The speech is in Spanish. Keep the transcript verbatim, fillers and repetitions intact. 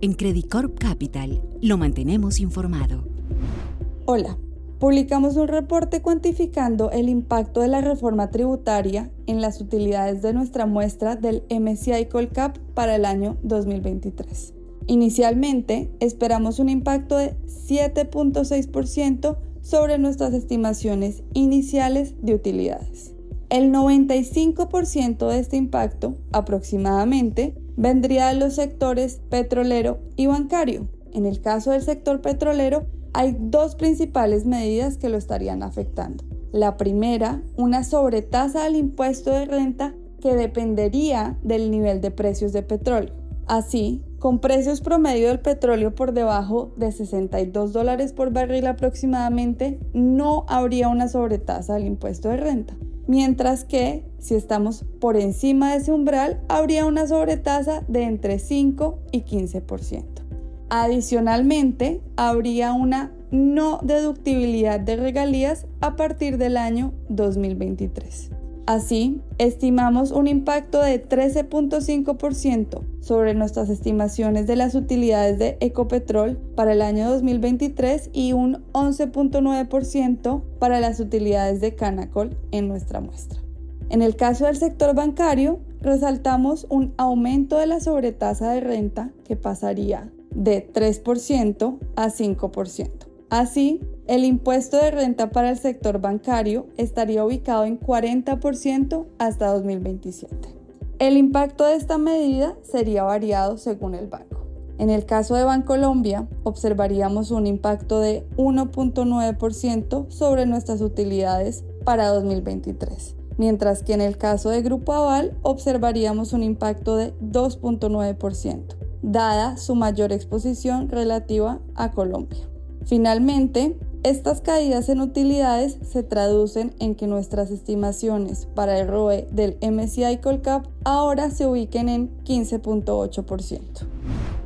En Credicorp Capital lo mantenemos informado. Hola, publicamos un reporte cuantificando el impacto de la reforma tributaria en las utilidades de nuestra muestra del M S C I Colcap para el año dos mil veintitrés. Inicialmente, esperamos un impacto de siete punto seis por ciento sobre nuestras estimaciones iniciales de utilidades. El noventa y cinco por ciento de este impacto, aproximadamente, vendría de los sectores petrolero y bancario. En el caso del sector petrolero, hay dos principales medidas que lo estarían afectando. La primera, una sobretasa del impuesto de renta que dependería del nivel de precios de petróleo. Así, con precios promedio del petróleo por debajo de sesenta y dos dólares por barril aproximadamente, no habría una sobretasa del impuesto de renta. Mientras que, si estamos por encima de ese umbral, habría una sobretasa de entre cinco y quince por ciento. Adicionalmente, habría una no deductibilidad de regalías a partir del año dos mil veintitrés. Así, estimamos un impacto de trece punto cinco por ciento sobre nuestras estimaciones de las utilidades de Ecopetrol para el año dos mil veintitrés y un once punto nueve por ciento para las utilidades de Canacol en nuestra muestra. En el caso del sector bancario, resaltamos un aumento de la sobretasa de renta que pasaría de tres por ciento a cinco por ciento. Así, el impuesto de renta para el sector bancario estaría ubicado en cuarenta por ciento hasta dos mil veintisiete. El impacto de esta medida sería variado según el banco. En el caso de Bancolombia, observaríamos un impacto de uno punto nueve por ciento sobre nuestras utilidades para dos mil veintitrés, mientras que en el caso de Grupo Aval observaríamos un impacto de dos punto nueve por ciento, dada su mayor exposición relativa a Colombia. Finalmente, estas caídas en utilidades se traducen en que nuestras estimaciones para el R O E del M S C I Colcap ahora se ubiquen en quince punto ocho por ciento.